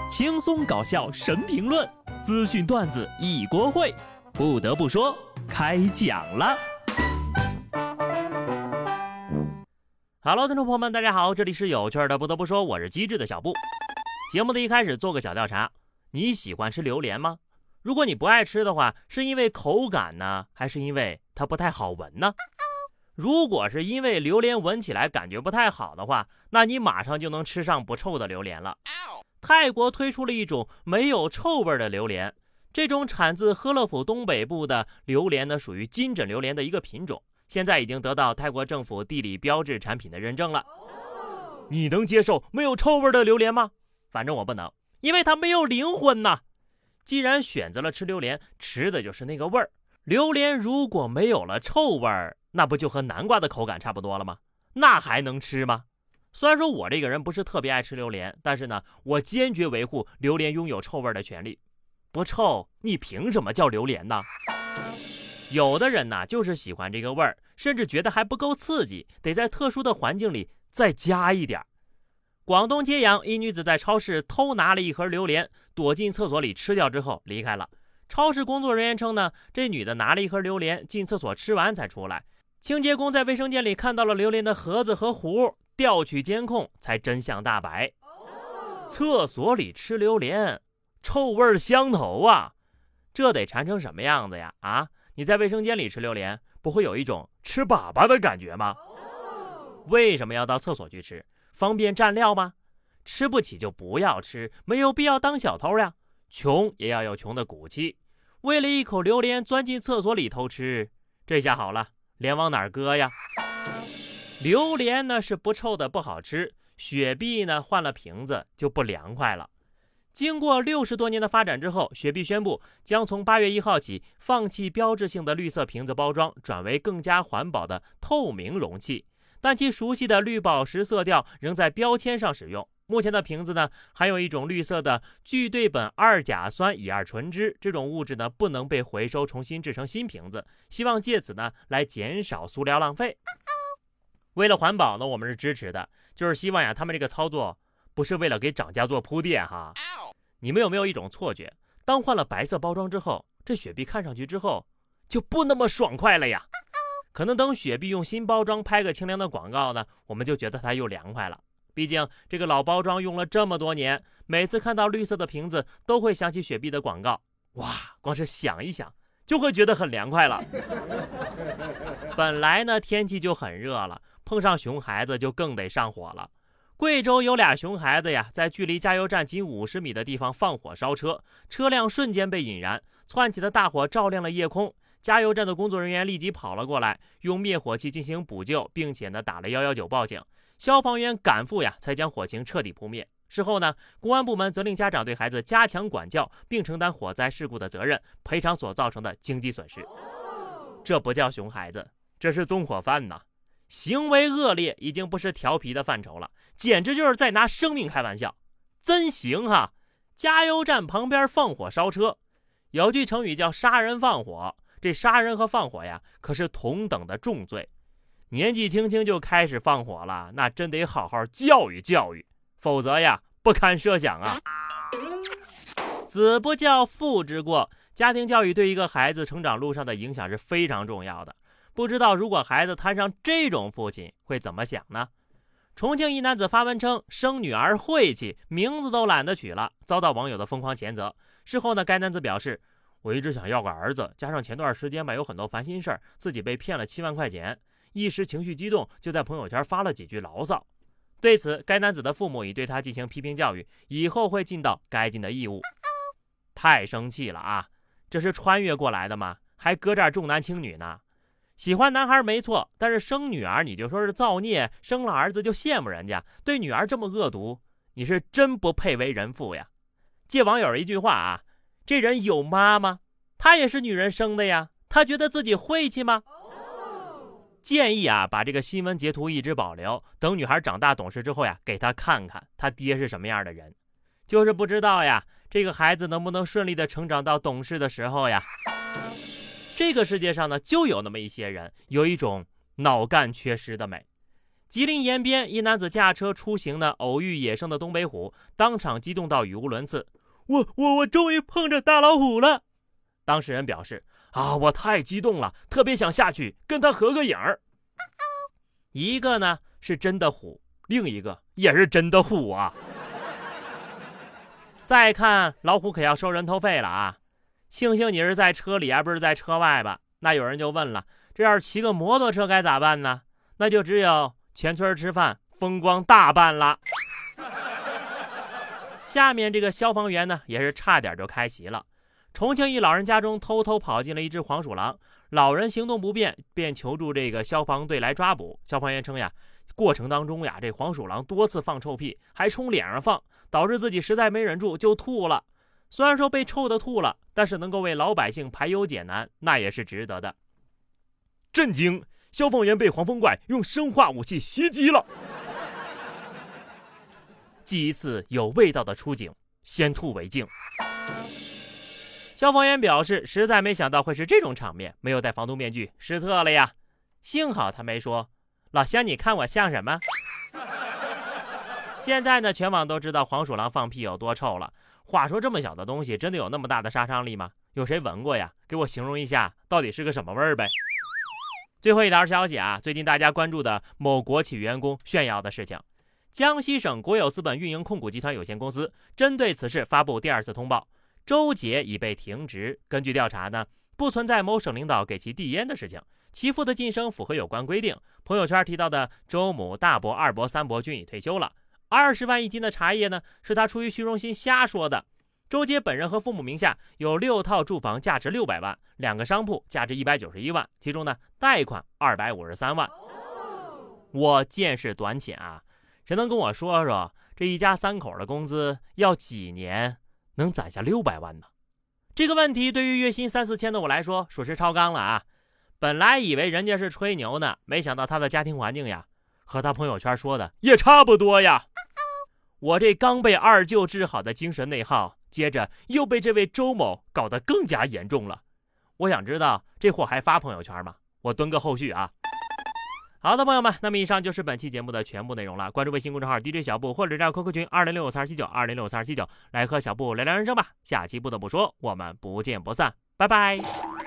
轻松搞笑神评论，资讯段子一锅烩。不得不说，开讲了。Hello， 听众朋友们，大家好，这里是有趣的。不得不说，我是机智的小布。节目的一开始做个小调查，你喜欢吃榴莲吗？如果你不爱吃的话，是因为口感呢，还是因为它不太好闻呢？如果是因为榴莲闻起来感觉不太好的话，那你马上就能吃上不臭的榴莲了。泰国推出了一种没有臭味的榴莲，这种产自呵勒府东北部的榴莲呢，属于金枕榴莲的一个品种，现在已经得到泰国政府地理标志产品的认证了。你能接受没有臭味的榴莲吗？反正我不能，因为它没有灵魂呐。既然选择了吃榴莲，吃的就是那个味儿。榴莲如果没有了臭味儿，那不就和南瓜的口感差不多了吗？那还能吃吗？虽然说我这个人不是特别爱吃榴莲，但是呢，我坚决维护榴莲拥有臭味的权利。不臭，你凭什么叫榴莲呢？有的人呢，就是喜欢这个味儿，甚至觉得还不够刺激，得在特殊的环境里再加一点。广东揭阳一女子在超市偷拿了一盒榴莲，躲进厕所里吃掉之后离开了。超市工作人员称呢，这女的拿了一盒榴莲进厕所吃完才出来，清洁工在卫生间里看到了榴莲的盒子和壶，调取监控才真相大白。厕所里吃榴莲，臭味相投啊，这得馋成什么样子呀？啊，你在卫生间里吃榴莲，不会有一种吃粑粑的感觉吗？为什么要到厕所去吃？方便蘸料吗？吃不起就不要吃，没有必要当小偷呀。穷也要有穷的骨气，为了一口榴莲钻进厕所里偷吃，这下好了，脸往哪儿搁呀？榴莲呢是不臭的不好吃，雪碧呢换了瓶子就不凉快了。经过60多年的发展之后，雪碧宣布将从8月1号起放弃标志性的绿色瓶子包装，转为更加环保的透明容器，但其熟悉的绿宝石色调仍在标签上使用。目前的瓶子呢，含有一种绿色的聚对苯2甲酸乙二醇酯，这种物质呢不能被回收重新制成新瓶子，希望借此呢来减少塑料浪费。为了环保呢，我们是支持的，就是希望呀，他们这个操作不是为了给涨价做铺垫哈。你们有没有一种错觉，当换了白色包装之后，这雪碧看上去之后就不那么爽快了呀？可能等雪碧用新包装拍个清凉的广告呢，我们就觉得它又凉快了。毕竟这个老包装用了这么多年，每次看到绿色的瓶子都会想起雪碧的广告，哇，光是想一想就会觉得很凉快了。本来呢天气就很热了，碰上熊孩子就更得上火了。贵州有俩熊孩子呀，在距离加油站仅50米的地方放火烧车，车辆瞬间被引燃，窜起的大火照亮了夜空。加油站的工作人员立即跑了过来，用灭火器进行补救，并且呢打了119报警。消防员赶赴呀，才将火情彻底扑灭。事后呢，公安部门责令家长对孩子加强管教，并承担火灾事故的责任，赔偿所造成的经济损失。这不叫熊孩子，这是纵火犯呐！行为恶劣已经不是调皮的范畴了，简直就是在拿生命开玩笑，真行哈！加油站旁边放火烧车，有句成语叫杀人放火，这杀人和放火呀，可是同等的重罪。年纪轻轻就开始放火了，那真得好好教育教育，否则呀，不堪设想啊！子不教，父之过，家庭教育对一个孩子成长路上的影响是非常重要的。不知道如果孩子摊上这种父亲会怎么想呢？重庆一男子发文称生女儿晦气，名字都懒得取了，遭到网友的疯狂谴责。事后呢，该男子表示，我一直想要个儿子，加上前段时间吧有很多烦心事儿，自己被骗了7万块钱，一时情绪激动，就在朋友圈发了几句牢骚。对此，该男子的父母已对他进行批评教育，以后会尽到该尽的义务。太生气了啊！这是穿越过来的吗？还搁这儿重男轻女呢？喜欢男孩没错，但是生女儿你就说是造孽，生了儿子就羡慕人家，对女儿这么恶毒，你是真不配为人父呀！借网友一句话啊，这人有妈吗？他也是女人生的呀，他觉得自己晦气吗？建议啊，把这个新闻截图一直保留，等女孩长大懂事之后呀，给她看看她爹是什么样的人。就是不知道呀，这个孩子能不能顺利的成长到懂事的时候呀？这个世界上呢，就有那么一些人，有一种脑干缺失的美。 吉林延边一男子驾车出行呢，偶遇野生的东北虎，当场激动到语无伦次。我终于碰着大老虎了！当事人表示我太激动了，特别想下去跟他合个影儿。一个呢是真的虎，另一个也是真的虎啊！再看老虎可要收人头费了啊！庆幸你是在车里而不是在车外吧？那有人就问了，这要是骑个摩托车该咋办呢？那就只有全村吃饭，风光大办了。下面这个消防员呢，也是差点就开席了。重庆一老人家中偷偷跑进了一只黄鼠狼，老人行动不便，便求助这个消防队来抓捕。消防员称呀，过程当中呀，这黄鼠狼多次放臭屁，还冲脸上放，导致自己实在没忍住就吐了。虽然说被臭的吐了，但是能够为老百姓排忧解难，那也是值得的。震惊！消防员被黄风怪用生化武器袭击了。记一次有味道的出警，先吐为敬。消防员表示，实在没想到会是这种场面，没有戴防毒面具，失策了呀。幸好他没说，老乡你看我像什么？现在呢，全网都知道黄鼠狼放屁有多臭了。话说这么小的东西，真的有那么大的杀伤力吗？有谁闻过呀？给我形容一下，到底是个什么味儿呗？最后一条消息啊，最近大家关注的某国企员工炫耀的事情，江西省国有资本运营控股集团有限公司针对此事发布第二次通报，周姐已被停职。根据调查呢，不存在某省领导给其递烟的事情，其父的晋升符合有关规定。朋友圈提到的周某、大伯、二伯、三伯均已退休了。20万一斤的茶叶呢，是他出于虚荣心瞎说的。周姐本人和父母名下有6套住房，价值600万，2个商铺价值191万，其中呢贷款253万。我见识短浅啊，谁能跟我说说这一家3口的工资要几年能攒下600万呢？这个问题对于月薪3、4千的我来说，属实超纲了啊！本来以为人家是吹牛呢，没想到他的家庭环境呀，和他朋友圈说的也差不多呀。我这刚被二舅治好的精神内耗，接着又被这位周某搞得更加严重了。我想知道这货还发朋友圈吗？我蹲个后续啊。好的，朋友们，那么以上就是本期节目的全部内容了。关注微信公众号 DJ 小布，或者加 QQ 群2065427920654279，来和小布聊聊人生吧。下期不得不说，我们不见不散，拜拜。